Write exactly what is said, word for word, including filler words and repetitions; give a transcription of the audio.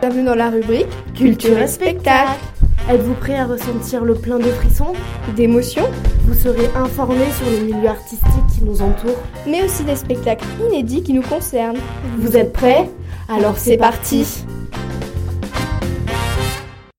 Bienvenue dans la rubrique Culture et spectacle. Êtes-vous prêt à ressentir le plein de frissons, d'émotions, vous serez informé sur le milieu artistique qui nous entoure, mais aussi des spectacles inédits qui nous concernent. Vous êtes prêts ? Alors c'est parti.